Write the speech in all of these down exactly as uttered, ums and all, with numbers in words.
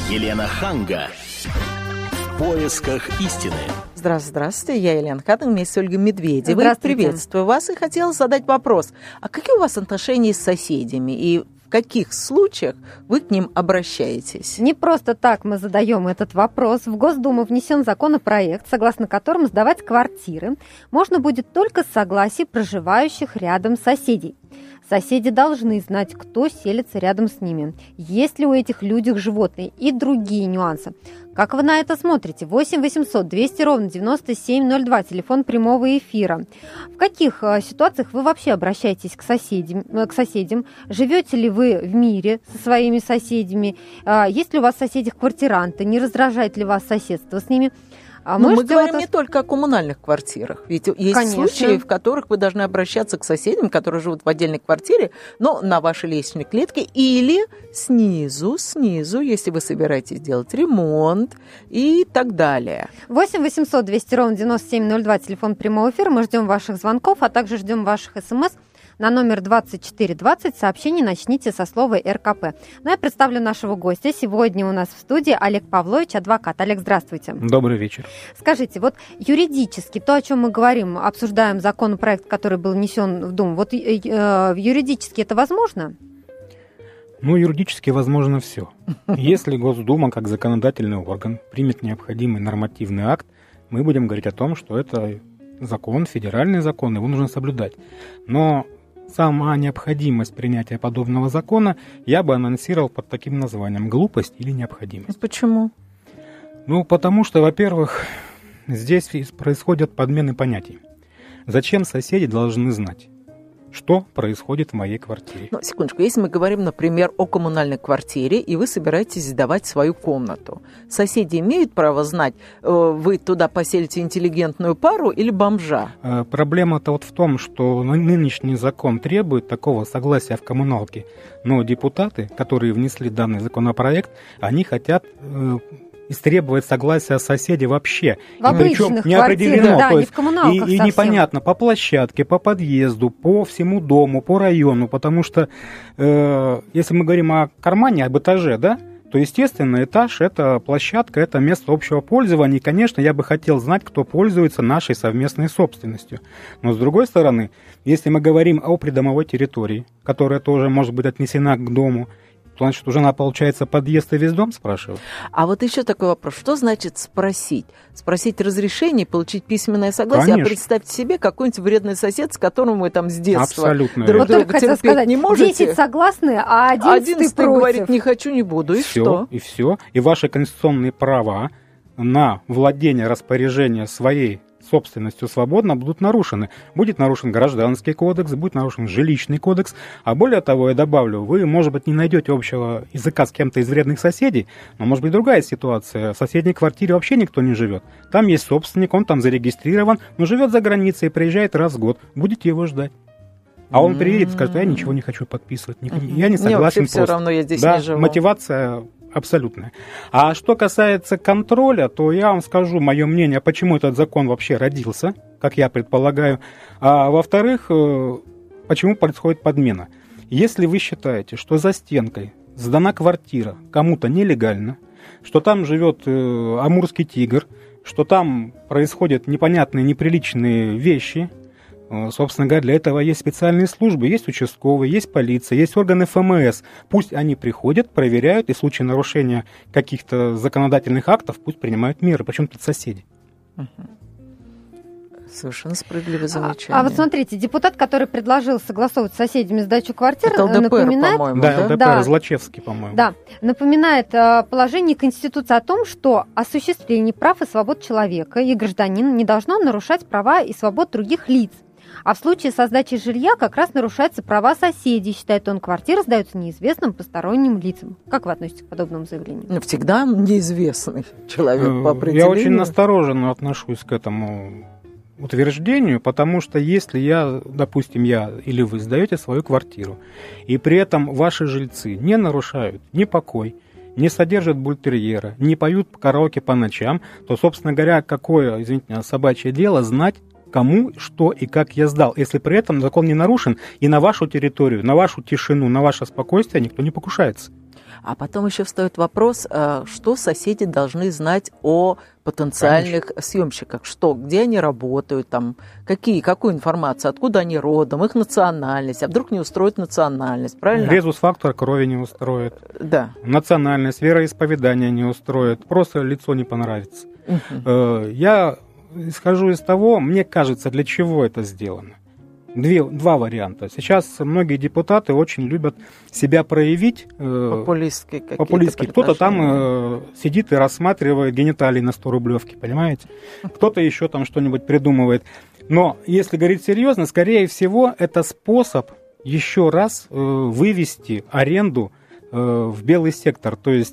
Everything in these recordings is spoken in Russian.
Елена Ханга. В поисках истины. Здравствуйте, здравствуйте. Я Елена Ханга вместе с Ольгой Медведевой. Приветствую вас и хотела задать вопрос. А какие у вас отношения с соседями? И в каких случаях вы к ним обращаетесь? Не просто так мы задаем этот вопрос. В Госдуму внесен законопроект, согласно которому сдавать квартиры можно будет только с согласия проживающих рядом соседей. Соседи должны знать, кто селится рядом с ними, есть ли у этих людей животные и другие нюансы. Как вы на это смотрите? восемь восемьсот двести ровно девяносто семь ноль два, телефон прямого эфира. В каких ситуациях вы вообще обращаетесь к соседям? К соседям? Живете ли вы в мире со своими соседями? Есть ли у вас соседи-квартиранты? Не раздражает ли вас соседство с ними? А Но мы, мы говорим это... не только о коммунальных квартирах. Ведь есть Конечно. случаи, в которых вы должны обращаться к соседям, которые живут в отдельной квартире, но на вашей лестничной клетке, или снизу, снизу, если вы собираетесь делать ремонт и так далее. восемь восемьсот двести ровно девяносто семь ноль два, телефон прямого эфира. Мы ждем ваших звонков, а также ждем ваших смс. На номер двадцать четыре двадцать сообщение начните со слова эр ка пэ. Ну, я представлю нашего гостя. Сегодня у нас в студии Олег Павлович, адвокат. Олег, здравствуйте. Добрый вечер. Скажите, вот юридически, то, о чем мы говорим, обсуждаем законопроект, который был внесен в Думу, вот э, э, юридически это возможно? Ну, юридически возможно все. Если Госдума, как законодательный орган, примет необходимый нормативный акт, мы будем говорить о том, что это закон, федеральный закон, его нужно соблюдать. Но сама необходимость принятия подобного закона я бы анонсировал под таким названием: глупость или необходимость. Почему? Ну, потому что, во-первых, здесь происходят подмены понятий. Зачем соседи должны знать, что происходит в моей квартире? Ну, секундочку, если мы говорим, например, о коммунальной квартире, и вы собираетесь сдавать свою комнату, соседи имеют право знать, вы туда поселите интеллигентную пару или бомжа? Проблема-то вот в том, что нынешний закон требует такого согласия в коммуналке, но депутаты, которые внесли данный законопроект, они хотят истребовать согласие соседей вообще. В и причем не определено, да, то не есть, в коммуналках и, и совсем. Непонятно по площадке, по подъезду, по всему дому, по району, потому что э, если мы говорим о кармане, об этаже, да, то, естественно, этаж – это площадка, это место общего пользования, и, конечно, я бы хотел знать, кто пользуется нашей совместной собственностью. Но, с другой стороны, если мы говорим о придомовой территории, которая тоже может быть отнесена к дому, значит, уже она, получается, подъезд и весь дом спрашивает. А вот еще такой вопрос. Что значит спросить? Спросить разрешение, получить письменное согласие? Конечно. А представьте себе какой-нибудь вредный сосед, с которым вы там с детства Абсолютно друг вот друга терпеть сказать, не можете. десять согласны, а одиннадцатый против. говорит, не хочу, не буду. И все, что? И все. И ваши конституционные права на владение, распоряжение своей собственностью свободно будут нарушены. Будет нарушен Гражданский кодекс, будет нарушен Жилищный кодекс. А более того, я добавлю, вы, может быть, не найдете общего языка с кем-то из вредных соседей, но может быть другая ситуация. В соседней квартире вообще никто не живет. Там есть собственник, он там зарегистрирован, но живет за границей и приезжает раз в год. Будете его ждать. А он приедет и скажет: я ничего не хочу подписывать, я не согласен. Мне все равно, я здесь да, не живу. Мотивация абсолютно. А что касается контроля, то я вам скажу мое мнение, почему этот закон вообще родился, как я предполагаю. А во-вторых, почему происходит подмена. Если вы считаете, что за стенкой сдана квартира кому-то нелегально, что там живет амурский тигр, что там происходят непонятные, неприличные вещи, собственно говоря, для этого есть специальные службы, есть участковые, есть полиция, есть органы эф эм эс. Пусть они приходят, проверяют, и в случае нарушения каких-то законодательных актов пусть принимают меры. Причем тут соседи. Совершенно справедливое замечание. А, а вот смотрите, депутат, который предложил согласовывать с соседями сдачу квартир, это эл дэ пэ эр, напоминает... по-моему, да? Да, эл дэ пэ эр, да. Злачевский, по-моему. Да, напоминает э, положение Конституции о том, что осуществление прав и свобод человека и гражданина не должно нарушать права и свобод других лиц. А в случае со сдачей жилья как раз нарушаются права соседей, считает он, квартиры сдаются неизвестным посторонним лицам. Как вы относитесь к подобному заявлению? Всегда неизвестный человек по определению. Я очень настороженно отношусь к этому утверждению, потому что если я, допустим, я или вы сдаете свою квартиру, и при этом ваши жильцы не нарушают ни покой, не содержат бультерьера, не поют караоке по ночам, то, собственно говоря, какое, извините, собачье дело знать, кому, что и как я сдал, если при этом закон не нарушен, и на вашу территорию, на вашу тишину, на ваше спокойствие никто не покушается. А потом еще встает вопрос, что соседи должны знать о потенциальных Конечно. съемщиках, что, где они работают, там, какие, какую информацию, откуда они родом, их национальность, а вдруг не устроит национальность, правильно? Резус-фактор крови не устроит, да. национальность, вероисповедание не устроит, просто лицо не понравится. Угу. Я исхожу из того, мне кажется, для чего это сделано. Две, два варианта. Сейчас многие депутаты очень любят себя проявить. Популистские какие-то Популистские. Кто-то там э, сидит и рассматривает гениталии на сто рублевки, понимаете? Кто-то еще там что-нибудь придумывает. Но если говорить серьезно, скорее всего, это способ еще раз э, вывести аренду э, в белый сектор. То есть,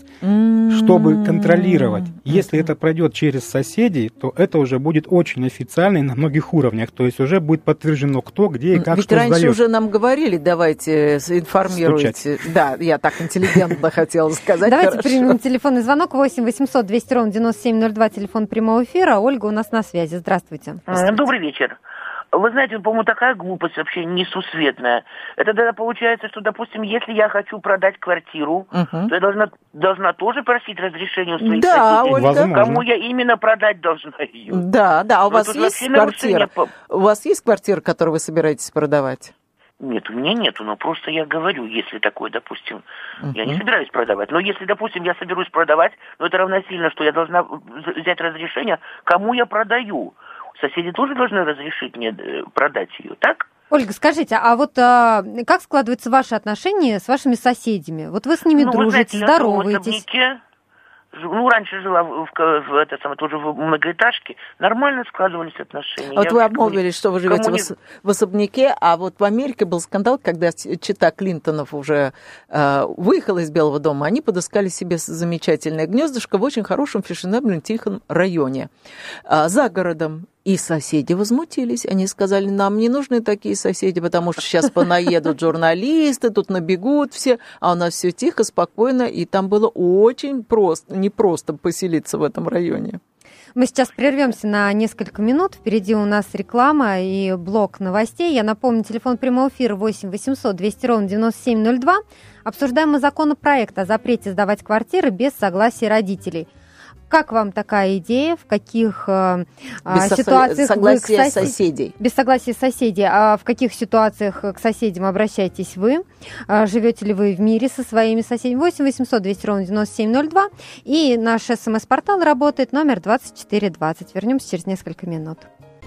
чтобы контролировать. Если это пройдет через соседей, то это уже будет очень официально и на многих уровнях. То есть уже будет подтверждено, кто, где и как Ведь что раньше сдает. Уже нам говорили, давайте информируйте. Стучать. Да, я так интеллигентно хотела сказать. Давайте примем телефонный звонок восемь восемьсот двести ровно девяносто семь ноль два, телефон прямого эфира. Ольга у нас на связи. Здравствуйте. Добрый вечер. Вы знаете, по-моему, такая глупость вообще несусветная. Это тогда получается, что, допустим, если я хочу продать квартиру, uh-huh. то я должна, должна тоже просить разрешения у своих да, соседей. Ольга. Кому я именно продать должна ее. Да, да. А у вас есть квартира? По... У вас есть квартира, которую вы собираетесь продавать? Нет, у меня нету, но просто я говорю, если такое, допустим, uh-huh. я не собираюсь продавать. Но если, допустим, я соберусь продавать, но это равносильно, что я должна взять разрешение, кому я продаю. Соседи тоже должны разрешить мне продать ее, так? Ольга, скажите, а вот а, как складываются ваши отношения с вашими соседями? Вот вы с ними ну, дружите, вы знаете, здороваетесь. Я ну, раньше жила в, в, в, это, самое, тоже в многоэтажке, нормально складывались отношения. Вот я вы обмолвились, что вы живете не... в, в особняке, а вот в Америке был скандал, когда чета Клинтонов уже э, выехала из Белого дома, они подыскали себе замечательное гнездышко в очень хорошем фешенебельном тихом районе, э, за городом. И соседи возмутились. Они сказали, нам не нужны такие соседи, потому что сейчас понаедут журналисты, тут набегут все, а у нас все тихо, спокойно, и там было очень просто, непросто поселиться в этом районе. Мы сейчас прервемся на несколько минут. Впереди у нас реклама и блок новостей. Я напомню, телефон прямого эфира восемь восемьсот двести ровно девяносто семь ноль два. Обсуждаем мы законопроект о запрете сдавать квартиры без согласия родителей. Как вам такая идея? В каких э, без ситуациях согласия вы к сосед... соседей? Без согласия соседей. А в каких ситуациях к соседям обращаетесь вы? А живете ли вы в мире со своими соседями? восемь восемьсот двести ровно девяносто семь ноль два. И наш смс-портал работает, номер двадцать четыре двадцать. Вернемся через несколько минут.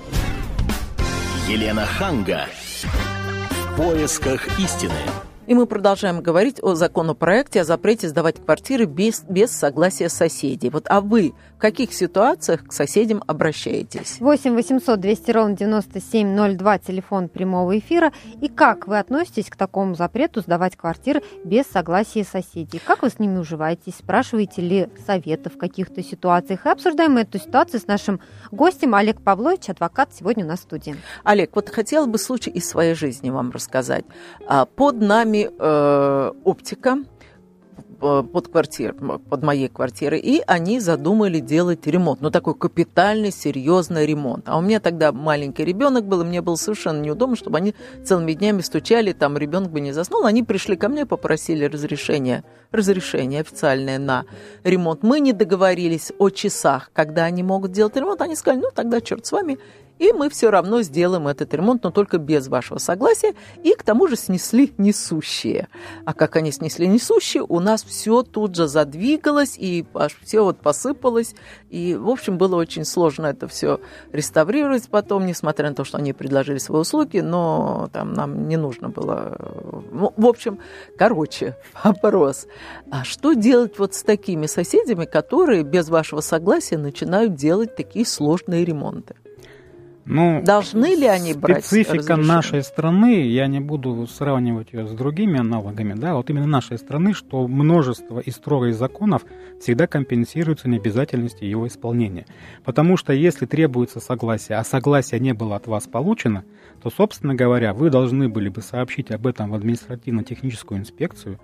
Елена Ханга. В поисках истины. И мы продолжаем говорить о законопроекте о запрете сдавать квартиры без, без согласия соседей. Вот, а вы в каких ситуациях к соседям обращаетесь? восемь восемьсот двести ровно девяносто семь ноль два, телефон прямого эфира. И как вы относитесь к такому запрету сдавать квартиры без согласия соседей? Как вы с ними уживаетесь? Спрашиваете ли совета в каких-то ситуациях? И обсуждаем эту ситуацию с нашим гостем Олег Павлович, адвокат, сегодня у нас в студии. Олег, вот хотела бы случай из своей жизни вам рассказать. Под нами Э, оптика под квартирой, под моей квартирой, и они задумали делать ремонт, ну такой капитальный, серьезный ремонт. А у меня тогда маленький ребенок был, и мне было совершенно неудобно, чтобы они целыми днями стучали, там ребенок бы не заснул. Они пришли ко мне, попросили разрешение, разрешение официальное на ремонт. Мы не договорились о часах, когда они могут делать ремонт. Они сказали, ну тогда черт с вами. И мы все равно сделаем этот ремонт, но только без вашего согласия. И к тому же снесли несущие. А как они снесли несущие, у нас все тут же задвигалось, и все вот посыпалось. И, в общем, было очень сложно это все реставрировать потом, несмотря на то, что они предложили свои услуги, но там нам не нужно было... В общем, короче, вопрос. А что делать вот с такими соседями, которые без вашего согласия начинают делать такие сложные ремонты? Ну, должны ли они брать специфика разрешение? Нашей страны, я не буду сравнивать ее с другими аналогами, да, вот именно нашей страны, что множество и строгих законов всегда компенсируются необязательностью его исполнения. Потому что если требуется согласие, а согласие не было от вас получено, то, собственно говоря, вы должны были бы сообщить об этом в административно-техническую инспекцию,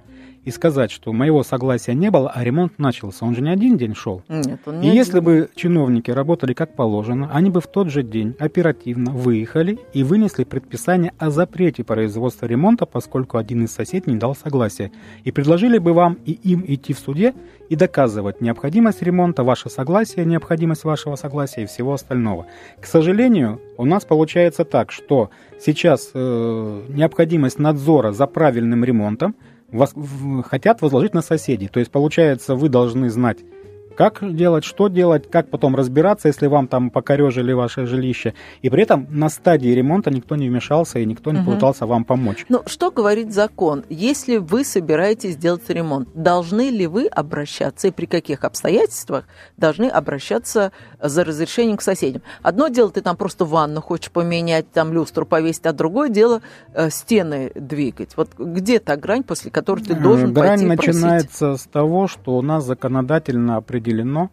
и сказать, что моего согласия не было, а ремонт начался. Он же не один день шел. Нет, он не и один. Если бы чиновники работали как положено, они бы в тот же день оперативно выехали и вынесли предписание о запрете производства ремонта, поскольку один из соседей не дал согласия. И предложили бы вам и им идти в суде и доказывать необходимость ремонта, ваше согласие, необходимость вашего согласия и всего остального. К сожалению, у нас получается так, что сейчас э, необходимость надзора за правильным ремонтом вас, в, хотят возложить на соседей. То есть, получается, вы должны знать, как делать, что делать, как потом разбираться, если вам там покорежили ваше жилище. И при этом на стадии ремонта никто не вмешался и никто не угу. пытался вам помочь. Ну, что говорит закон? Если вы собираетесь делать ремонт, должны ли вы обращаться и при каких обстоятельствах должны обращаться за разрешением к соседям? Одно дело, ты там просто ванну хочешь поменять, там люстру повесить, а другое дело э, стены двигать. Вот где та грань, после которой ты должен грань пойти просить? Грань начинается с того, что у нас законодательно определено определено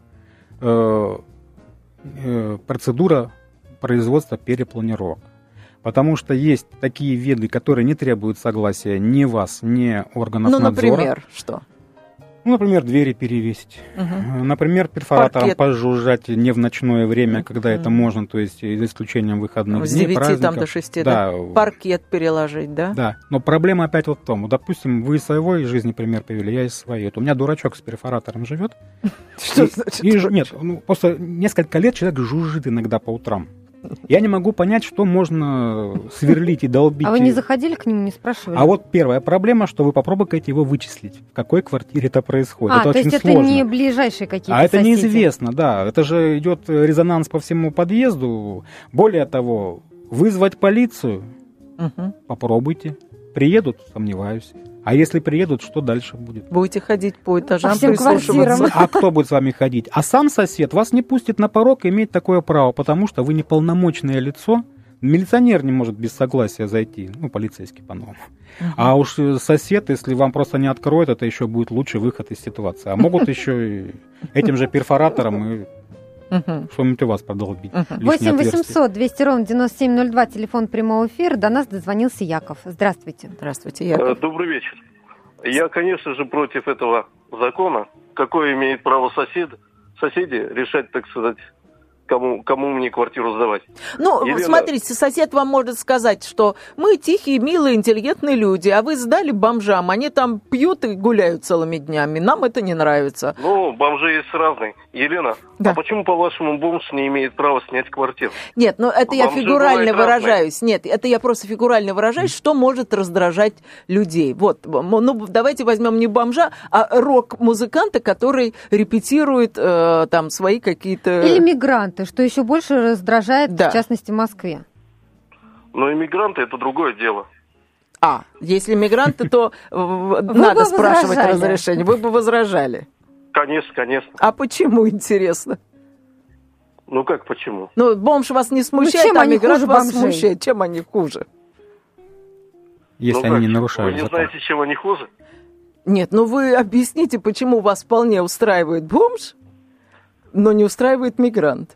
э, э, процедура производства перепланировок. Потому что есть такие виды, которые не требуют согласия ни вас, ни органов ну, надзора. Ну, например, что? Ну, например, двери перевесить. Угу. Например, перфоратором Паркет. пожужжать не в ночное время, когда угу. это можно, то есть за исключением выходных с дней, девяти праздников. Там до шести, да? да? Паркет переложить, да? Да, но проблема опять вот в том, допустим, вы из своей жизни пример привели, я из своей. Вот у меня дурачок с перфоратором живет. Что значит? Нет, ну просто несколько лет человек жужжит иногда по утрам. Я не могу понять, что можно сверлить и долбить. А вы не заходили к нему, не спрашивали? А вот первая проблема, что вы попробуйте его вычислить, в какой квартире это происходит. А, это то очень есть сложно. Это не ближайшие какие-то А это соседи. неизвестно, да. Это же идет резонанс по всему подъезду. Более того, вызвать полицию, угу. попробуйте. Приедут, сомневаюсь. А если приедут, что дальше будет? Будете ходить по этажам, по прислушиваться. А кто будет с вами ходить? А сам сосед вас не пустит на порог и имеет такое право, потому что вы неполномочное лицо. Милиционер не может без согласия зайти, ну, полицейский по-новому. Uh-huh. А уж сосед, если вам просто не откроет, это еще будет лучший выход из ситуации. А могут еще и этим же перфоратором и uh-huh. что-нибудь у вас продолбить. Uh-huh. восемь восемьсот двести ровно девяносто семь ноль два, телефон прямого эфира. До нас дозвонился Яков. Здравствуйте. Здравствуйте, Яков. Добрый вечер. Я, конечно же, против этого закона. Какое имеет право сосед, соседи решать, так сказать, Кому, кому мне квартиру сдавать? Ну, Елена... смотрите, сосед вам может сказать, что мы тихие, милые, интеллигентные люди, а вы сдали бомжам, они там пьют и гуляют целыми днями, нам это не нравится. Ну, бомжи есть разные. Елена, да. А почему, по-вашему, бомж не имеет права снять квартиру? Нет, ну это бомжи я фигурально выражаюсь. Разные. Нет, это я просто фигурально выражаюсь, что может раздражать людей. Вот, ну давайте возьмем не бомжа, а рок-музыканта, который репетирует э, там свои какие-то... Или мигранты, что еще больше раздражает, да. в частности, в Москве. Но иммигранты – это другое дело. А, если мигранты, то надо спрашивать разрешение. Вы бы возражали? Конечно, конечно. А почему, интересно? Ну как почему? Ну, бомж вас не смущает, а мигрант вас смущает. Чем они хуже? Если они не нарушают закон. Вы не знаете, чем они хуже? Нет, ну вы объясните, почему вас вполне устраивает бомж, но не устраивает мигрант.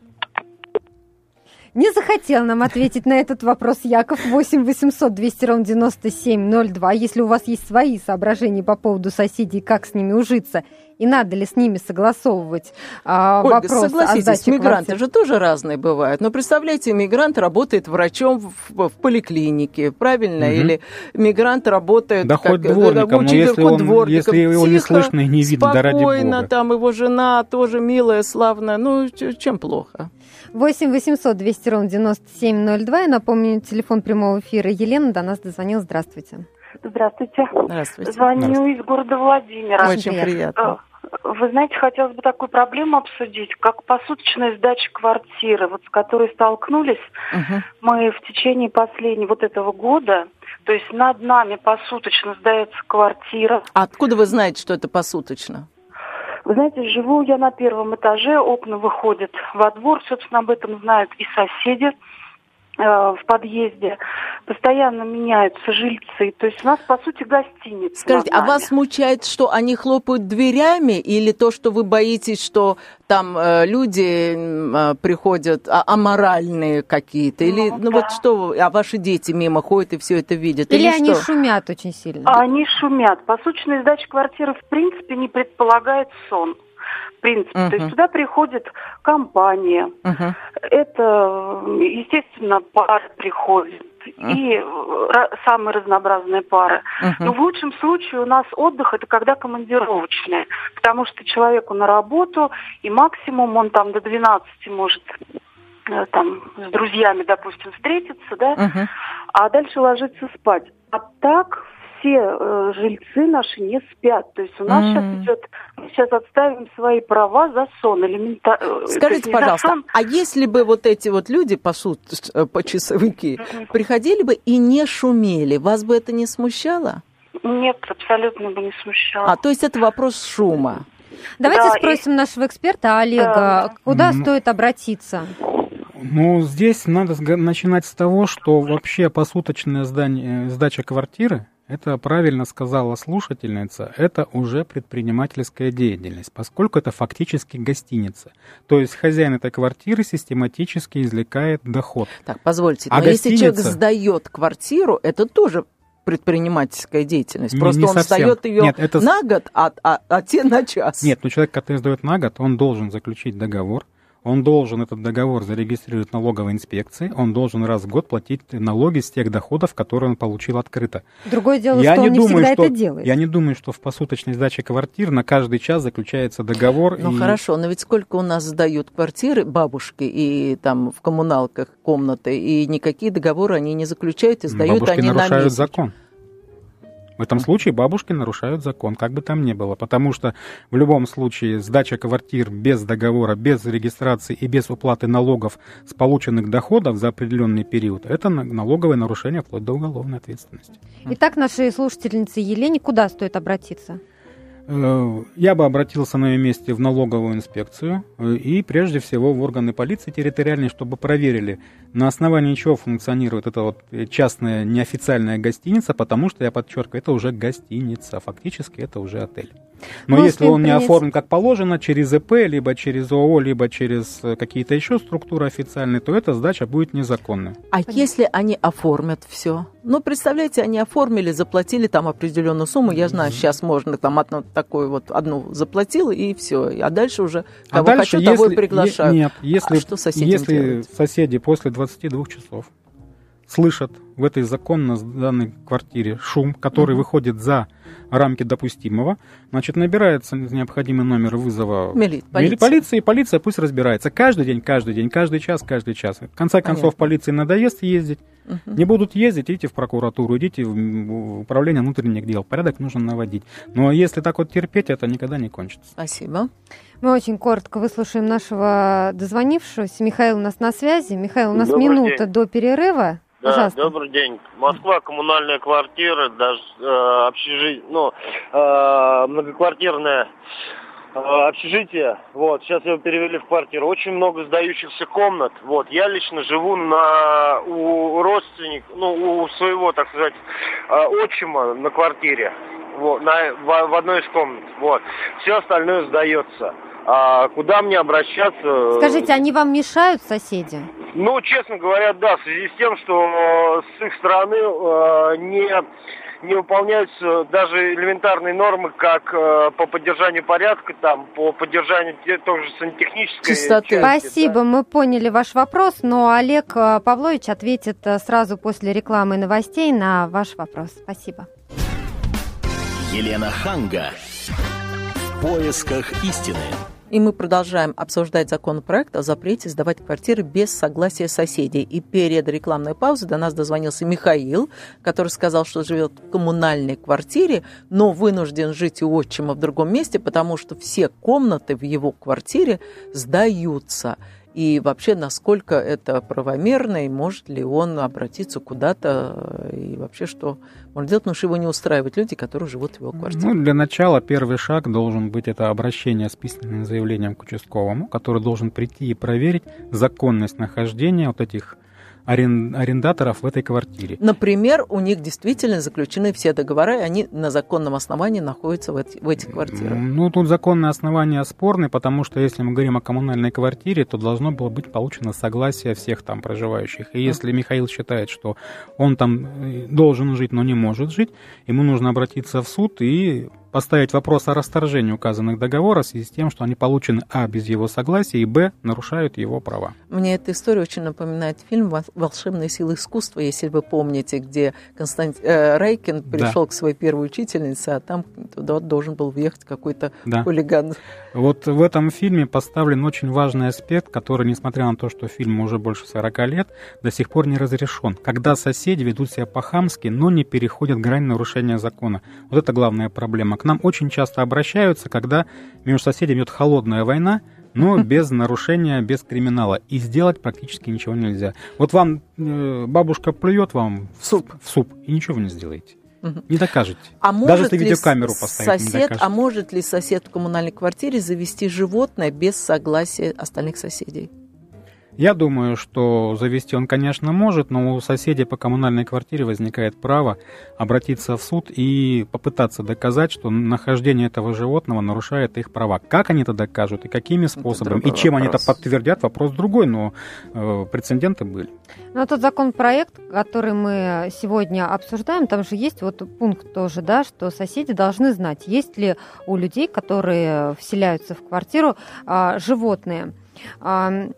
Не захотел нам ответить на этот вопрос Яков. восемь восемьсот двести ровно девяносто семь ноль два. Если у вас есть свои соображения по поводу соседей, как с ними ужиться, и надо ли с ними согласовывать а, Ольга, вопрос согласитесь, о сдаче мигранты квартир. же тоже разные бывают. Но представляете, мигрант работает врачом в, в поликлинике, правильно? Угу. Или мигрант работает... Да как, хоть дворником, но если, он, дворником, если его тихо, не слышно и не видно, да ради бога. Спокойно, там его жена тоже милая, славная. Ну, чем плохо? восемь восемьсот двести ровно девяносто семь ноль два. Я напомню, телефон прямого эфира. Елена до нас дозвонилась. Здравствуйте. Здравствуйте. Здравствуйте. Звоню Здравствуйте. из города Владимира. Очень приятно. приятно. Вы знаете, хотелось бы такую проблему обсудить, как посуточная сдача квартиры, вот с которой столкнулись uh-huh. мы в течение последнего вот этого года. То есть над нами посуточно сдается квартира. А откуда вы знаете, что это посуточно? Вы знаете, живу я на первом этаже, окна выходят во двор, собственно, об этом знают и соседи. в подъезде, постоянно меняются жильцы. То есть у нас, по сути, гостиница. Скажите, а вас смущает, что они хлопают дверями, или то, что вы боитесь, что там э, люди э, приходят а, аморальные какие-то? Или, ну, ну да. вот что, а ваши дети мимо ходят и все это видят? Или, или они что? шумят очень сильно? А они шумят. Посуточная сдача квартиры, в принципе, не предполагает сон. В принципе, uh-huh. то есть туда приходит компания, uh-huh. это, естественно, пары приходят, uh-huh. и ра- самые разнообразные пары. Uh-huh. Но в лучшем случае у нас отдых это когда командировочные, потому что человеку на работу, и максимум он там до двенадцати может там с друзьями, допустим, встретиться, да, uh-huh. а дальше ложиться спать. А так все э, жильцы наши не спят. То есть у нас mm. сейчас идет, мы сейчас отставим свои права за сон. Элемента... Скажите, пожалуйста, сон... а если бы вот эти вот люди, по сути, почасовики, mm-hmm. приходили бы и не шумели, вас бы это не смущало? Нет, абсолютно бы не смущало. А, то есть это вопрос шума. Давайте да, спросим и... нашего эксперта Олега, да. куда mm. стоит обратиться? Ну, здесь надо начинать с того, что вообще посуточная сдание, сдача квартиры, это правильно сказала слушательница, это уже предпринимательская деятельность, поскольку это фактически гостиница. То есть хозяин этой квартиры систематически извлекает доход. Так, позвольте, а но гостиница... если человек сдает квартиру, это тоже предпринимательская деятельность. Не, Просто не он совсем. сдает ее Нет, это... на год, а, а, а те на час. Нет, но человек, который сдает на год, он должен заключить договор. Он должен этот договор зарегистрировать в налоговой инспекции, он должен раз в год платить налоги с тех доходов, которые он получил открыто. Другое дело, я что не он не думаю, всегда что, это делает. Я не думаю, что в посуточной сдаче квартир на каждый час заключается договор. Ну и... хорошо, но ведь сколько у нас сдают квартиры бабушки и там в коммуналках комнаты, и никакие договоры они не заключают, и сдают бабушки они на месяц. нарушают закон. В этом случае бабушки нарушают закон, как бы там ни было, потому что в любом случае сдача квартир без договора, без регистрации и без уплаты налогов с полученных доходов за определенный период, это налоговое нарушение вплоть до уголовной ответственности. Итак, нашей слушательнице Елене куда стоит обратиться? Я бы обратился на ее месте в налоговую инспекцию и прежде всего в органы полиции территориальные, чтобы проверили, на основании чего функционирует эта вот частная неофициальная гостиница, потому что, я подчеркиваю, это уже гостиница, фактически это уже отель. Но ну, если он не принять... оформлен как положено, через ИП, либо через ООО, либо через какие-то еще структуры официальные, то эта сдача будет незаконной. А Понятно. Если они оформят все? Ну, представляете, они оформили, заплатили там определенную сумму, я знаю, сейчас можно там одну такую вот, одну заплатил, и все, а дальше уже кого а дальше, хочу, если, того и приглашаю. Нет, если, а что соседям если делать? Соседи после двадцати двух часов слышат в этой законно сданной квартире шум, который mm-hmm. выходит за рамки допустимого, значит, набирается необходимый номер вызова Мили, полиции. полиции, и полиция пусть разбирается. Каждый день, каждый день, каждый час, каждый час. В конце Понятно. концов, полиции надоест ездить. Uh-huh. Не будут ездить, идите в прокуратуру, идите в управление внутренних дел. Порядок нужно наводить. Но если так вот терпеть, это никогда не кончится. Спасибо. Мы очень коротко выслушаем нашего дозвонившегося. Михаил у нас на связи. Михаил, у нас Добрый минута день. до перерыва. Да, Пожалуйста. Добрый день. Москва, коммунальная квартира, даже э, общежитие, ну, э, многоквартирное э, общежитие. Вот, сейчас его перевели в квартиру. Очень много сдающихся комнат. Вот, я лично живу на у родственника, ну, у своего, так сказать, э, отчима на квартире. Вот, на, в, в одной из комнат. Вот. Все остальное сдается. А куда мне обращаться? Скажите, они вам мешают, соседи? Ну, честно говоря, да, в связи с тем, что с их стороны э, не, не выполняются даже элементарные нормы, как э, по поддержанию порядка, там, по поддержанию тоже сантехнической чистоты. части. Спасибо, да. Мы поняли ваш вопрос, но Олег Павлович ответит сразу после рекламы и новостей на ваш вопрос. Спасибо. Елена Ханга. В поисках истины. И мы продолжаем обсуждать законопроект о запрете сдавать квартиры без согласия соседей. И перед рекламной паузой до нас дозвонился Михаил, который сказал, что живет в коммунальной квартире, но вынужден жить у отчима в другом месте, потому что все комнаты в его квартире сдаются. И вообще, насколько это правомерно, и может ли он обратиться куда-то, и вообще, что может делать, потому что его не устраивают люди, которые живут в его квартире. Ну, для начала первый шаг должен быть это обращение с письменным заявлением к участковому, который должен прийти и проверить законность нахождения вот этих арендаторов в этой квартире. Например, у них действительно заключены все договора, и они на законном основании находятся в, эти, в этих квартирах. Ну, тут законное основание спорное, потому что если мы говорим о коммунальной квартире, то должно было быть получено согласие всех там проживающих. И если Михаил считает, что он там должен жить, но не может жить, ему нужно обратиться в суд и поставить вопрос о расторжении указанных договоров в связи с тем, что они получены, а, без его согласия, и, б, нарушают его права. Мне эта история очень напоминает фильм «Волшебные силы искусства», если вы помните, где Константин э, Райкин пришел да. к своей первой учительнице, а там туда должен был въехать какой-то да. хулиган. Вот в этом фильме поставлен очень важный аспект, который, несмотря на то, что фильму уже больше сорока лет, до сих пор не разрешен. Когда соседи ведут себя по-хамски, но не переходят грань нарушения закона. Вот это главная проблема. К нам очень часто обращаются, когда между соседями идет холодная война, но без нарушения, без криминала. И сделать практически ничего нельзя. Вот вам э, бабушка плюет вам в суп, в суп, и ничего вы не сделаете. Не докажете. А даже если видеокамеру поставить, сосед, не докажете. А может ли сосед в коммунальной квартире завести животное без согласия остальных соседей? Я думаю, что завести он, конечно, может, но у соседей по коммунальной квартире возникает право обратиться в суд и попытаться доказать, что нахождение этого животного нарушает их права. Как они это докажут и какими способами, и чем вопрос. Они это подтвердят, вопрос другой, но э, прецеденты были. Ну, тот законопроект, который мы сегодня обсуждаем, там же есть вот пункт тоже, да, что соседи должны знать, есть ли у людей, которые вселяются в квартиру, э, животные. Э,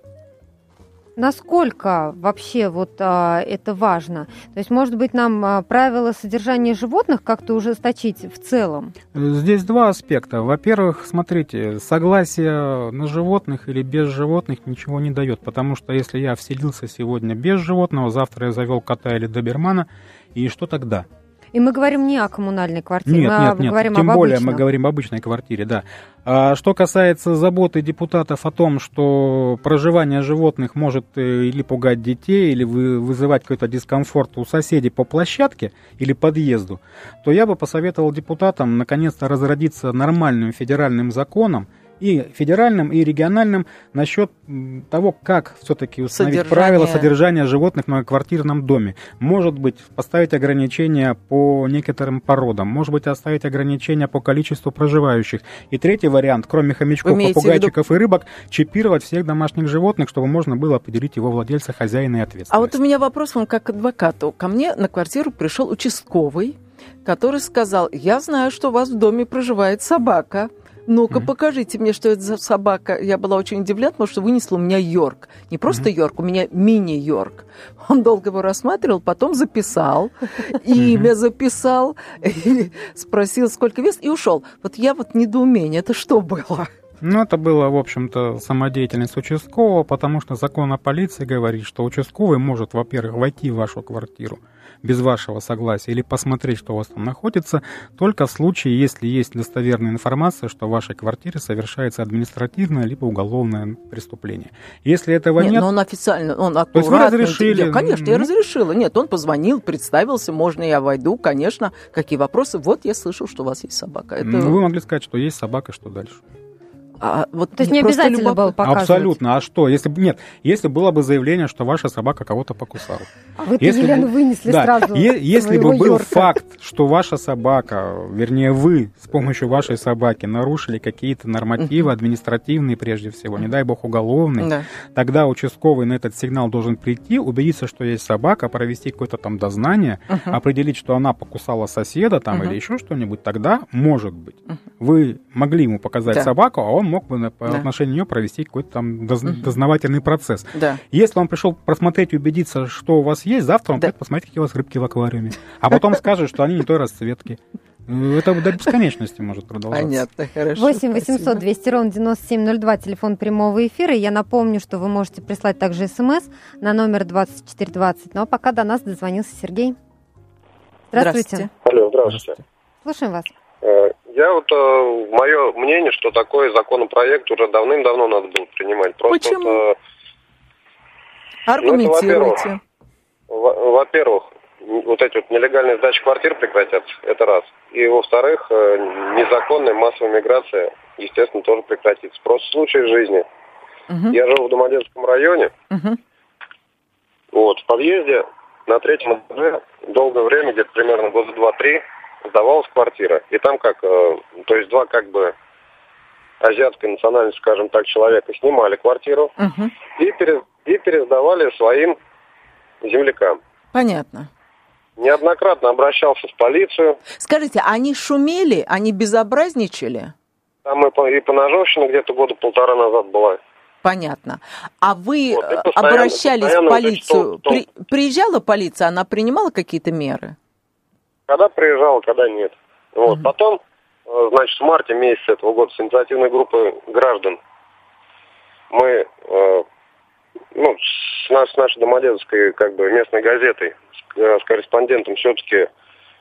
Насколько вообще вот а, это важно? То есть, может быть, нам а, правила содержания животных как-то ужесточить в целом? Здесь два аспекта. Во-первых, смотрите, согласие на животных или без животных ничего не дает, потому что если я вселился сегодня без животного, завтра я завел кота или добермана, и что тогда? И мы говорим не о коммунальной квартире, нет, мы нет, нет. говорим Тем об более обычном. Мы говорим об обычной квартире, да. А что касается заботы депутатов о том, что проживание животных может или пугать детей, или вызывать какой-то дискомфорт у соседей по площадке или подъезду, то я бы посоветовал депутатам наконец-то разродиться нормальным федеральным законом, и федеральным, и региональным, насчет того, как все-таки установить содержание... правила содержания животных в многоквартирном доме. Может быть, поставить ограничения по некоторым породам, может быть, оставить ограничения по количеству проживающих. И третий вариант, кроме хомячков, попугайчиков виду... и рыбок, чипировать всех домашних животных, чтобы можно было определить его владельца, хозяина и ответственность. А вот у меня вопрос вам как адвокату. Ко мне на квартиру пришел участковый, который сказал: я знаю, что у вас в доме проживает собака. Ну-ка, mm-hmm. покажите мне, что это за собака. Я была очень удивлена, потому что вынесла у меня Йорк. Не просто mm-hmm. Йорк, у меня мини-Йорк. Он долго его рассматривал, потом записал, имя записал, и спросил, сколько вес, и ушел. Вот я вот недоумение, это что было? Ну, это было, в общем-то, самодеятельность участкового, потому что закон о полиции говорит, что участковый может, во-первых, войти в вашу квартиру без вашего согласия или посмотреть, что у вас там находится, только в случае, если есть достоверная информация, что в вашей квартире совершается административное либо уголовное преступление. Если этого нет... Нет, но он официально, он аккуратно... То есть вы разрешили... Я, конечно, mm-hmm. я разрешила. Нет, он позвонил, представился, можно я войду, конечно. Какие вопросы? Вот я слышал, что у вас есть собака. Это... Ну, вы могли сказать, что есть собака, что дальше? А, вот То есть не обязательно любоп... было показывать? Абсолютно. А что? Если бы нет, если было бы заявление, что ваша собака кого-то покусала. А вы если Елену бы... вынесли да. сразу. Е- если бы был Йорка. факт, что ваша собака, вернее вы с помощью вашей собаки нарушили какие-то нормативы административные прежде всего, не дай бог уголовные, да. тогда участковый на этот сигнал должен прийти, убедиться, что есть собака, провести какое-то там дознание, uh-huh. определить, что она покусала соседа там uh-huh. или еще что-нибудь, тогда может быть. Uh-huh. Вы могли ему показать да. собаку, а он мог бы на по да. отношению нее провести какой-то там доз... uh-huh. дознавательный процесс. Да. Если он пришел просмотреть и убедиться, что у вас есть, завтра он да. пойдет посмотреть, какие у вас рыбки в аквариуме. А потом скажет, что они не той расцветки. Это до бесконечности может продолжаться. Понятно, хорошо. восемь восемьсот двести ровно девяносто семь ноль два, телефон прямого эфира. Я напомню, что вы можете прислать также смс на номер двадцать четыре двадцать. Ну а пока до нас дозвонился Сергей. Здравствуйте. Алло, здравствуйте. Слушаем вас. Я вот, э, мое мнение, что такой законопроект уже давным-давно надо было принимать. Просто Почему? Вот, э, аргументируйте. Ну, во- во-первых, вот эти вот нелегальные сдачи квартир прекратятся, это раз. И, во-вторых, э, незаконная массовая миграция, естественно, тоже прекратится. Просто случай жизни. Угу. Я живу в Домодедовском районе. Угу. Вот, в подъезде на третьем этаже долгое время, где-то примерно года два-три, сдавалась квартира. И там как, э, то есть два как бы азиатской национальности, скажем так, человека снимали квартиру uh-huh. и, пере, и пересдавали своим землякам. Понятно. Неоднократно обращался в полицию. Скажите, они шумели, они безобразничали? Там и, и поножовщина где-то года полтора назад была. Понятно. А вы вот, обращались в полицию? Вот, При, приезжала полиция, она принимала какие-то меры? Когда приезжала, когда нет. Вот. Uh-huh. Потом, значит, в марте месяце этого года с инициативной группы граждан мы, э, ну, с, наш, с нашей Домодедовской, как бы, местной газетой, с, с корреспондентом все-таки э,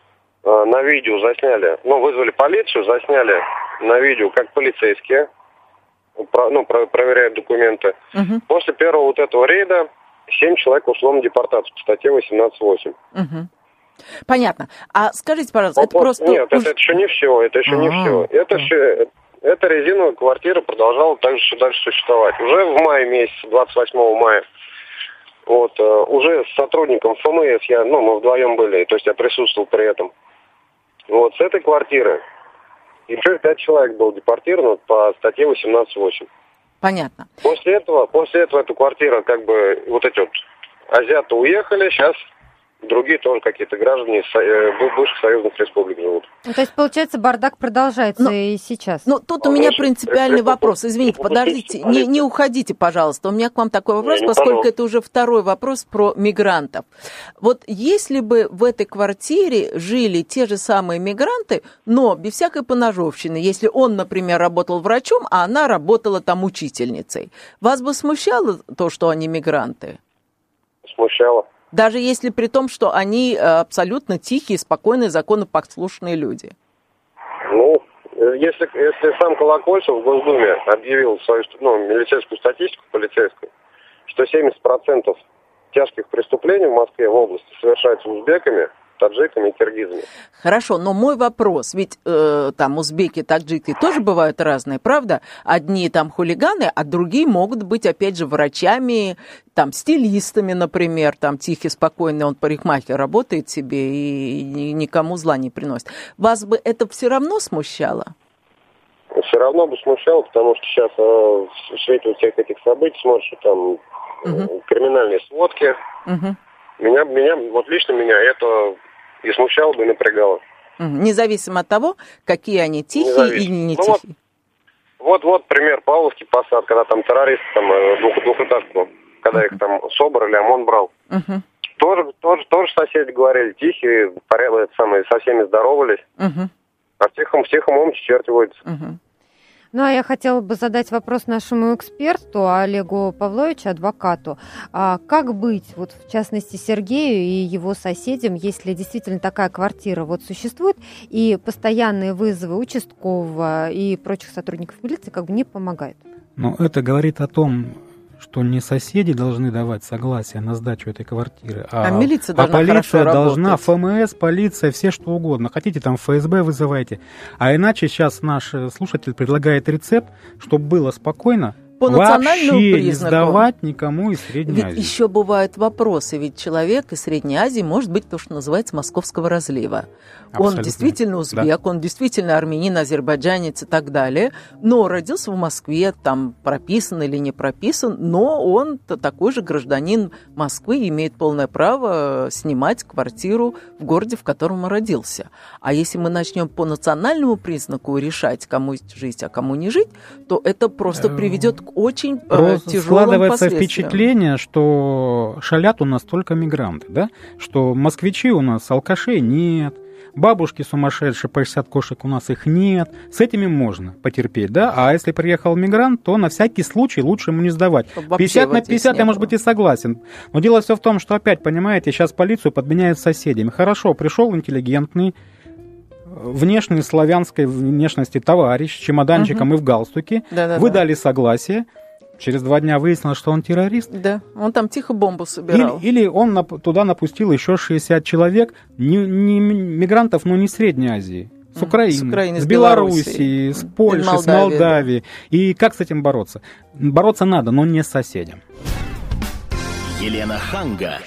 на видео засняли, ну, вызвали полицию, засняли на видео, как полицейские, про, ну, про, проверяют документы. Uh-huh. После первого вот этого рейда семь человек в условной депортации по статье восемнадцать восемь. Uh-huh. Понятно. А скажите, пожалуйста, вот, это вот, просто... Нет, это, это еще не все, это еще А-а-а. не все. Это, все, эта резиновая квартира продолжала также дальше существовать. Уже в мае месяце, двадцать восьмого мая, вот, uh, уже с сотрудником ФМС, я, ну, мы вдвоем были, то есть я присутствовал при этом. Вот, с этой квартиры еще пять человек было депортировано по статье восемнадцать восемь. Понятно. После этого, после этого эта квартира, как бы, вот эти вот азиаты уехали, сейчас... Другие тоже какие-то граждане бывших союзных республик живут. Ну, то есть, получается, бардак продолжается но, и сейчас? Ну, тут у меня принципиальный вопрос. Извините, подождите, не, не уходите, пожалуйста. У меня к вам такой вопрос, поскольку это уже второй вопрос про мигрантов. Вот если бы в этой квартире жили те же самые мигранты, но без всякой поножовщины, если он, например, работал врачом, а она работала там учительницей, вас бы смущало то, что они мигранты? Смущало. Даже если при том, что они абсолютно тихие, спокойные, законопослушные люди. Ну, если, если сам Колокольцев в Госдуме объявил свою, ну, милицейскую статистику полицейскую, что семьдесят процентов тяжких преступлений в Москве, в области, совершаются узбеками, таджиками и киргизами. Хорошо, но мой вопрос, ведь э, там узбеки, таджики тоже бывают разные, правда? Одни там хулиганы, а другие могут быть, опять же, врачами, там, стилистами, например, там, тихий, спокойный, он парикмахер, работает себе и никому зла не приносит. Вас бы это все равно смущало? Все равно бы смущало, потому что сейчас э, в свете всех этих событий смотришь, там, э, угу. криминальные сводки. Угу. Меня, меня, вот лично меня это и смущало бы, и напрягало. Независимо от того, какие они тихие или не ну тихие. Вот, вот, вот пример Павловский посад, когда там террористы, там, двух, двухэтажку, когда uh-huh. их там СОБР или ОМОН брал. Uh-huh. Тоже, тоже, тоже соседи говорили, тихие, порядок, самые, со всеми здоровались. Uh-huh. А в тихом, в тихом омуте черти водятся. Uh-huh. Ну, а я хотела бы задать вопрос нашему эксперту, Олегу Павловичу, адвокату. А как быть, вот в частности, Сергею и его соседям, если действительно такая квартира вот существует, и постоянные вызовы участкового и прочих сотрудников милиции как бы не помогают? Ну, это говорит о том, что не соседи должны давать согласие на сдачу этой квартиры, а, а, милиция должна, а полиция должна, работать. ФМС, полиция, все что угодно. Хотите, там ФСБ вызывайте. А иначе сейчас наш слушатель предлагает рецепт, чтобы было спокойно. По национальному вообще признаку. Не сдавать никому из Средней ведь Азии. Ведь еще бывают вопросы, ведь человек из Средней Азии может быть то, что называется московского разлива. Абсолютно. Он действительно узбек, да. Он действительно армянин, азербайджанец и так далее, но родился в Москве, там прописан или не прописан, но он такой же гражданин Москвы и имеет полное право снимать квартиру в городе, в котором он родился. А если мы начнем по национальному признаку решать, кому жить, а кому не жить, то это просто приведет к очень э, тяжелым складывается впечатление, что шалят у нас только мигранты, да? Что москвичи у нас алкашей нет, бабушки сумасшедшие, по шестьдесят кошек у нас их нет. С этими можно потерпеть, да? А если приехал мигрант, то на всякий случай лучше ему не сдавать. пятьдесят на пятьдесят я, может быть, и согласен. Но дело все в том, что опять, понимаете, сейчас полицию подменяют соседями. Хорошо, пришел интеллигентный, внешней славянской внешности товарищ с чемоданчиком uh-huh. и в галстуке. Да-да-да. Вы дали согласие. Через два дня выяснилось, что он террорист. Да, он там тихо бомбу собирал. Или, или он нап- туда напустил еще шестьдесят человек, не, не мигрантов, но не Средней Азии. С Украины, с, Украины, с Белоруссии, с Польши, Молдавии, с Молдавии. Да. И как с этим бороться? Бороться надо, но не с соседям. Елена Ханга.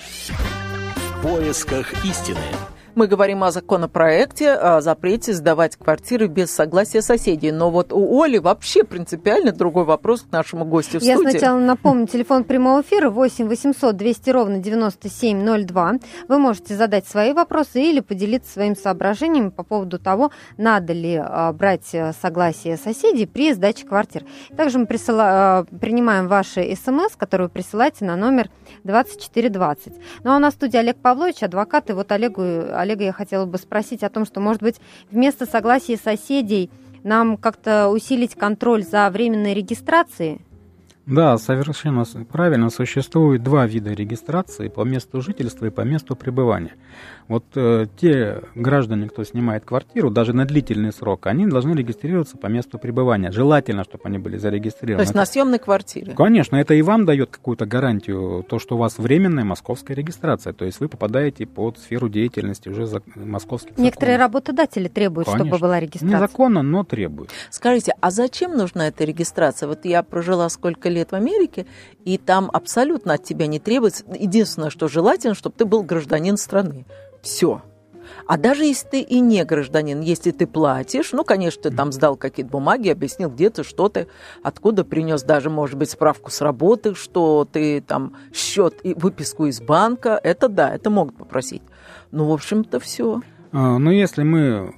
В поисках истины. Мы говорим о законопроекте, о запрете сдавать квартиры без согласия соседей. Но вот у Оли вообще принципиально другой вопрос к нашему гостю в Я студии. Я сначала напомню, телефон прямого эфира восемь восемьсот двести ровно девяносто семь ноль два. Вы можете задать свои вопросы или поделиться своими соображениями по поводу того, надо ли а, брать согласие соседей при сдаче квартир. Также мы присыла, а, принимаем ваши смс, которые вы присылаете на номер двадцать четыре двадцать. Ну а у нас в студии Олег Павлович, адвокат, и вот Олегу Олега я хотела бы спросить о том, что, может быть, вместо согласия соседей нам как-то усилить контроль за временной регистрацией? Да, совершенно правильно. Существует два вида регистрации: по месту жительства и по месту пребывания. Вот э, те граждане, кто снимает квартиру, даже на длительный срок, они должны регистрироваться по месту пребывания. Желательно, чтобы они были зарегистрированы. То есть на съемной квартире? Конечно, это и вам дает какую-то гарантию, то, что у вас временная московская регистрация. То есть вы попадаете под сферу деятельности уже за московских законов. Некоторые работодатели требуют, Конечно. чтобы была регистрация. Незаконно, но требуют. Скажите, а зачем нужна эта регистрация? Вот я прожила сколько лет в Америке, и там абсолютно от тебя не требуется. Единственное, что желательно, чтобы ты был гражданин страны. Все. А даже если ты и не гражданин, если ты платишь, ну, конечно, ты там сдал какие-то бумаги, объяснил, где ты, что ты, откуда принес даже, может быть, справку с работы, что ты там счет и выписку из банка, это да, это могут попросить. Ну, в общем-то, все. Но если мы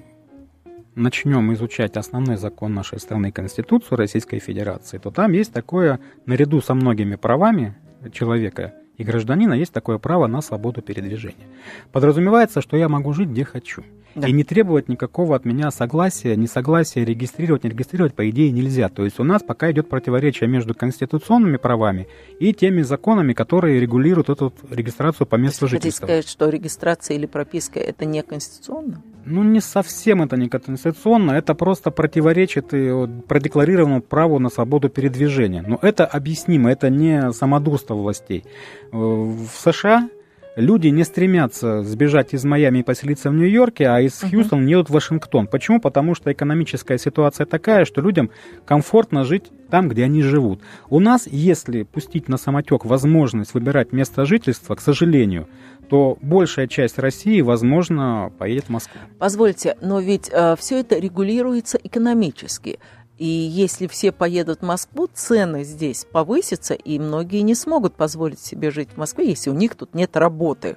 начнем изучать основной закон нашей страны, Конституцию Российской Федерации, то там есть такое, наряду со многими правами человека и гражданина, есть такое право на свободу передвижения. Подразумевается, что я могу жить где хочу. Да. И не требовать никакого от меня согласия, несогласия, регистрировать, не регистрировать, по идее, нельзя. То есть у нас пока идет противоречие между конституционными правами и теми законами, которые регулируют эту регистрацию по месту жительства. Хотите сказать, что регистрация или прописка – это не конституционно? Ну, не совсем это не конституционно, это просто противоречит продекларированному праву на свободу передвижения. Но это объяснимо, это не самодурство властей. В США люди не стремятся сбежать из Майами и поселиться в Нью-Йорке, а из Хьюстона uh-huh. едут в Вашингтон. Почему? Потому что экономическая ситуация такая, что людям комфортно жить там, где они живут. У нас, если пустить на самотек возможность выбирать место жительства, к сожалению, то большая часть России, возможно, поедет в Москву. Позвольте, но ведь э, все это регулируется экономически. И если все поедут в Москву, цены здесь повысятся, и многие не смогут позволить себе жить в Москве, если у них тут нет работы.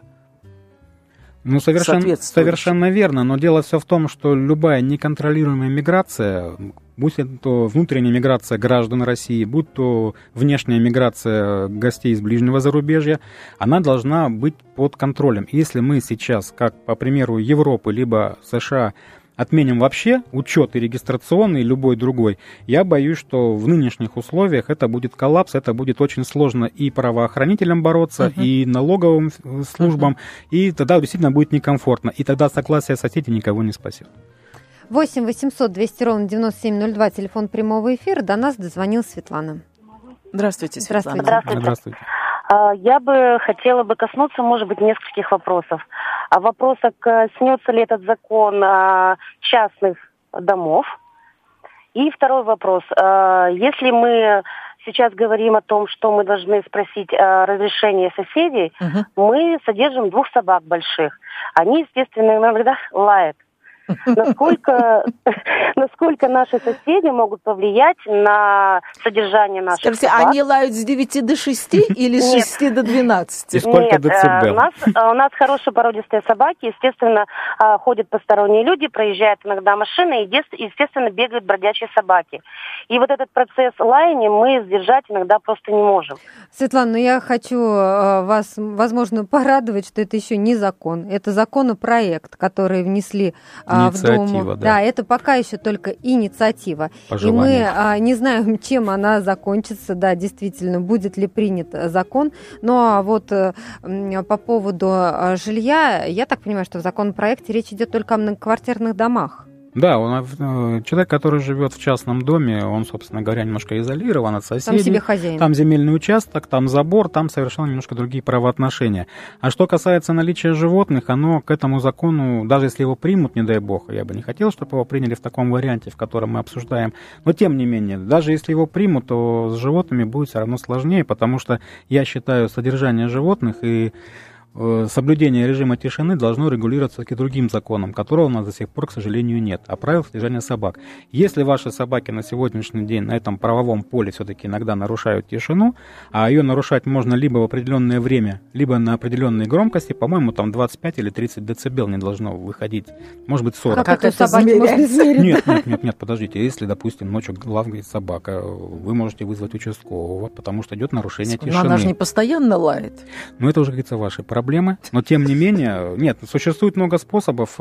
Ну, совершенно, совершенно верно, но дело все в том, что любая неконтролируемая миграция, будь то внутренняя миграция граждан России, будь то внешняя миграция гостей из ближнего зарубежья, она должна быть под контролем. Если мы сейчас, как по примеру Европы либо США, отменим вообще учет и регистрационный, и любой другой, я боюсь, что в нынешних условиях это будет коллапс, это будет очень сложно и правоохранителям бороться, uh-huh. и налоговым службам, uh-huh. и тогда действительно будет некомфортно, и тогда согласие соседей никого не спасет. восемь восемьсот двести ровно девяносто семь ноль два, телефон прямого эфира, до нас дозвонилась Светлана. Здравствуйте, Светлана. Здравствуйте. Здравствуйте. Я бы хотела бы коснуться, может быть, нескольких вопросов. Вопроса, снется ли этот закон частных домов. И второй вопрос. Если мы сейчас говорим о том, что мы должны спросить разрешение соседей, uh-huh. мы содержим двух собак больших. Они, естественно, иногда лают. Насколько, насколько наши соседи могут повлиять на содержание наших Скажите, собак? Они лают с девяти до шести или с шести до двенадцати? И сколько Нет, децибел? У нас, у нас хорошие породистые собаки, естественно, ходят посторонние люди, проезжают иногда машины, и, естественно, бегают бродячие собаки. И вот этот процесс лаяния мы сдержать иногда просто не можем. Светлана, ну я хочу вас, возможно, порадовать, что это еще не закон. Это законопроект, который внесли в Думу. Да. да, это пока еще только инициатива. И мы а, не знаем, чем она закончится, да, действительно, будет ли принят закон. Но вот а, по поводу а, жилья, я так понимаю, что в законопроекте речь идет только о многоквартирных домах. Да, он, человек, который живет в частном доме, он, собственно говоря, немножко изолирован от соседей. Там себе хозяин. Там земельный участок, там забор, там совершенно немножко другие правоотношения. А что касается наличия животных, оно к этому закону, даже если его примут, не дай бог, я бы не хотел, чтобы его приняли в таком варианте, в котором мы обсуждаем, но тем не менее, даже если его примут, то с животными будет все равно сложнее, потому что я считаю, содержание животных и соблюдение режима тишины должно регулироваться все-таки другим законом, которого у нас до сих пор, к сожалению, нет, а правил содержания собак. Если ваши собаки на сегодняшний день на этом правовом поле все-таки иногда нарушают тишину, а ее нарушать можно либо в определенное время, либо на определенной громкости, по-моему, там двадцать пять или тридцать децибел не должно выходить, может быть, сорок. А как это собаки можно измерить? Нет, нет, нет, нет, подождите, если, допустим, ночью лает собака, вы можете вызвать участкового, потому что идет нарушение тишины. Но она же не постоянно лает. Ну, это уже, как говорится, ваши проблемы. Проблемы, но тем не менее, нет, существует много способов,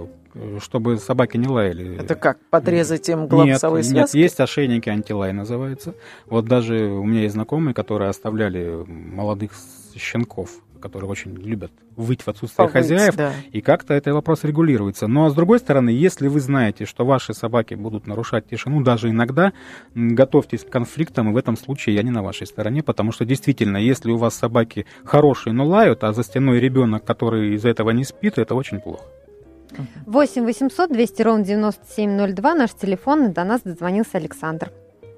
чтобы собаки не лаяли. Это как, подрезать им голосовые нет, связки? Нет, есть ошейники антилай называются. Вот даже у меня есть знакомые, которые оставляли молодых щенков, которые очень любят выть в отсутствие Повыть, хозяев, да. И как-то этот вопрос регулируется. Ну, а с другой стороны, если вы знаете, что ваши собаки будут нарушать тишину, даже иногда, готовьтесь к конфликтам, и в этом случае я не на вашей стороне, потому что действительно, если у вас собаки хорошие, но лают, а за стеной ребенок, который из-за этого не спит, это очень плохо. восемь восемьсот двести ровно девяносто семь ноль два, наш телефон, и до нас дозвонился Александр.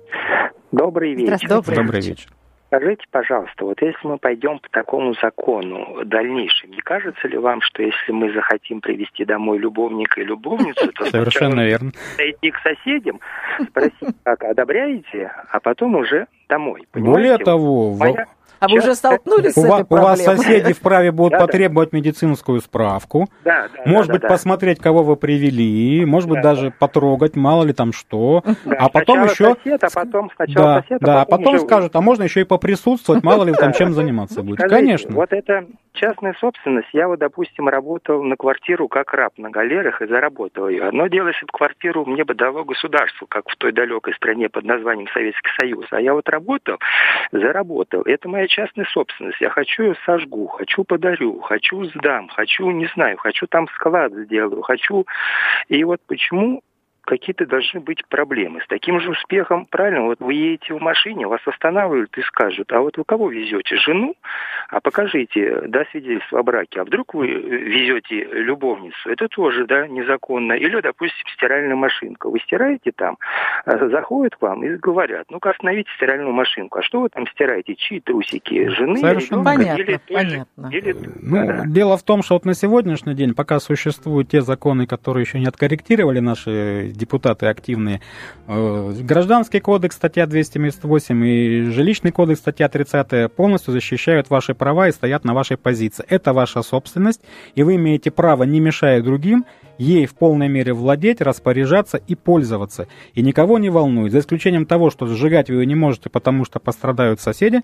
Добрый вечер. Добрый, Добрый вечер. Скажите, пожалуйста, вот если мы пойдем по такому закону дальнейшему, не кажется ли вам, что если мы захотим привести домой любовника и любовницу, то совершенно верно. Зайти к соседям, спросить, как одобряете, а потом уже домой. Более того, Моя... А вы уже столкнулись с у этой вас, у вас проблемой? соседи вправе будут Да, потребовать медицинскую справку, Да, да, может да, быть, да, да. посмотреть, кого вы привели, может быть, Да, даже потрогать, мало ли там что. Да, А потом сначала еще... сосед, а потом сначала Да, сосед, а да, а потом потом уже вы. скажут, а можно еще и поприсутствовать, мало ли там чем заниматься будет. Скажите, Конечно. Вот это частная собственность. Я вот, допустим, работал на квартиру как раб на галерах и заработал ее. Одно дело, если бы квартиру мне бы дало государство, как в той далекой стране под названием Советский Союз. А я вот работал, заработал. Это моя частная собственность. Я хочу ее сожгу, хочу подарю, хочу сдам, хочу, не знаю, хочу там склад сделаю, хочу... И вот почему... какие-то должны быть проблемы. С таким же успехом, правильно, вот вы едете в машине, вас останавливают и скажут, а вот вы кого везете? Жену? А покажите, да, свидетельство о браке. А вдруг вы везете любовницу? Это тоже, да, незаконно. Или, допустим, стиральная машинка. Вы стираете там, заходят к вам и говорят, ну-ка остановите стиральную машинку. А что вы там стираете? Чьи трусики? Жены? Совершенно понятно, или понятно. Или... Ну, да. дело в том, что вот на сегодняшний день, пока существуют те законы, которые еще не откорректировали наши депутаты активные, Гражданский кодекс, статья двести семьдесят восемь, и Жилищный кодекс, статья тридцатая, полностью защищают ваши права и стоят на вашей позиции. Это ваша собственность, и вы имеете право, не мешая другим, ей в полной мере владеть, распоряжаться и пользоваться. И никого не волнует, за исключением того, что сжигать вы ее не можете, потому что пострадают соседи,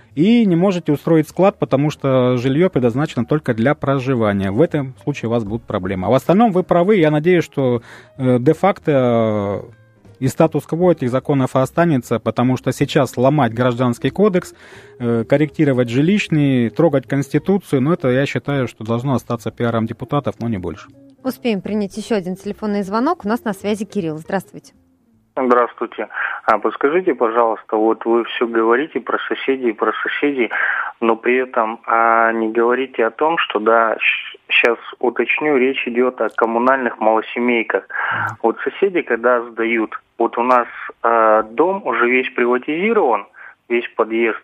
и не можете устроить склад, потому что жилье предназначено только для проживания. В этом случае у вас будут проблемы. А в остальном вы правы. Я надеюсь, что э, де-факто э, и статус-кво этих законов останется, потому что сейчас ломать Гражданский кодекс, э, корректировать жилищный, трогать Конституцию, ну это, я считаю, что должно остаться пиаром депутатов, но не больше. Успеем принять еще один телефонный звонок. У нас на связи Кирилл. Здравствуйте. Здравствуйте. А подскажите, пожалуйста, вот вы все говорите про соседей, про соседей, но при этом а, не говорите о том, что, да, сейчас уточню, речь идет о коммунальных малосемейках. Вот соседи, когда сдают, вот у нас а, дом уже весь приватизирован, весь подъезд,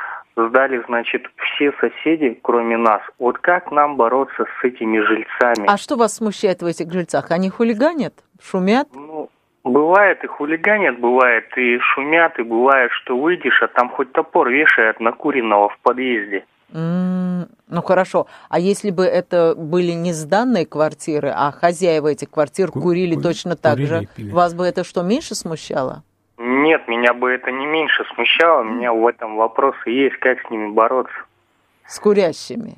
сдали, значит, все соседи, кроме нас. Вот как нам бороться с этими жильцами? А что вас смущает в этих жильцах? Они хулиганят, шумят? Ну, бывает и хулиганят, бывает и шумят, и бывает, что выйдешь, а там хоть топор вешают накуренного в подъезде. Mm, ну хорошо, а если бы это были не сданные квартиры, а хозяева этих квартир Ку- курили кури, точно так курили, же, пили. Вас бы это что, меньше смущало? Нет, меня бы это не меньше смущало, у меня в этом вопросы есть, как с ними бороться. С курящими?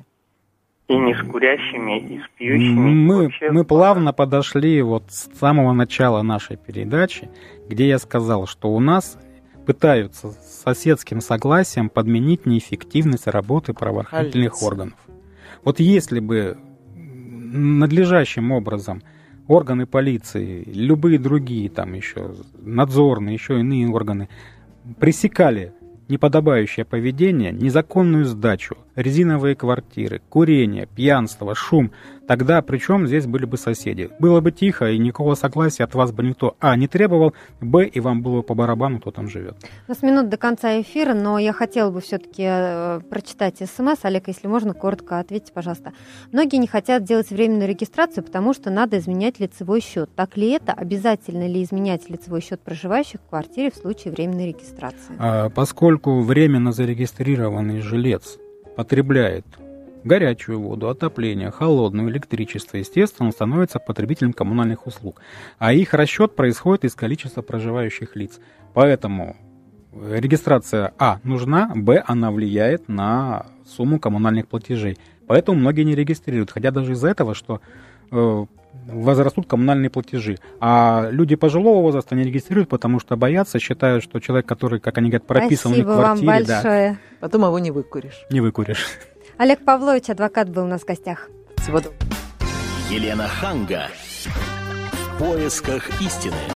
И не с курящими, и с пьющими. Мы, вообще... мы плавно подошли вот с самого начала нашей передачи, где я сказал, что у нас пытаются с соседским согласием подменить неэффективность работы правоохранительных органов. Вот если бы надлежащим образом органы полиции, любые другие, там еще надзорные, еще иные органы, пресекали неподобающее поведение, незаконную сдачу, резиновые квартиры, курение, пьянство, шум, тогда причем здесь были бы соседи. Было бы тихо, и никакого согласия от вас бы никто, а, не требовал, б, и вам было по барабану, кто там живет. У нас минут до конца эфира, но я хотела бы все-таки э, прочитать смс. Олег, если можно, коротко ответьте, пожалуйста. Многие не хотят делать временную регистрацию, потому что надо изменять лицевой счет. Так ли это? Обязательно ли изменять лицевой счет проживающих в квартире в случае временной регистрации? А, поскольку временно зарегистрированный жилец потребляет горячую воду, отопление, холодное электричество, естественно, он становится потребителем коммунальных услуг. А их расчет происходит из количества проживающих лиц. Поэтому регистрация, а, нужна, б, она влияет на сумму коммунальных платежей. Поэтому многие не регистрируют, хотя даже из-за этого, что э, возрастут коммунальные платежи. А люди пожилого возраста не регистрируют, потому что боятся, считают, что человек, который, как они говорят, прописан Спасибо в квартире, вам большое. Да, потом его не выкуришь. Не выкуришь. Олег Павлович, адвокат, был у нас в гостях. Всего доброго. Елена Ханга. В поисках истины.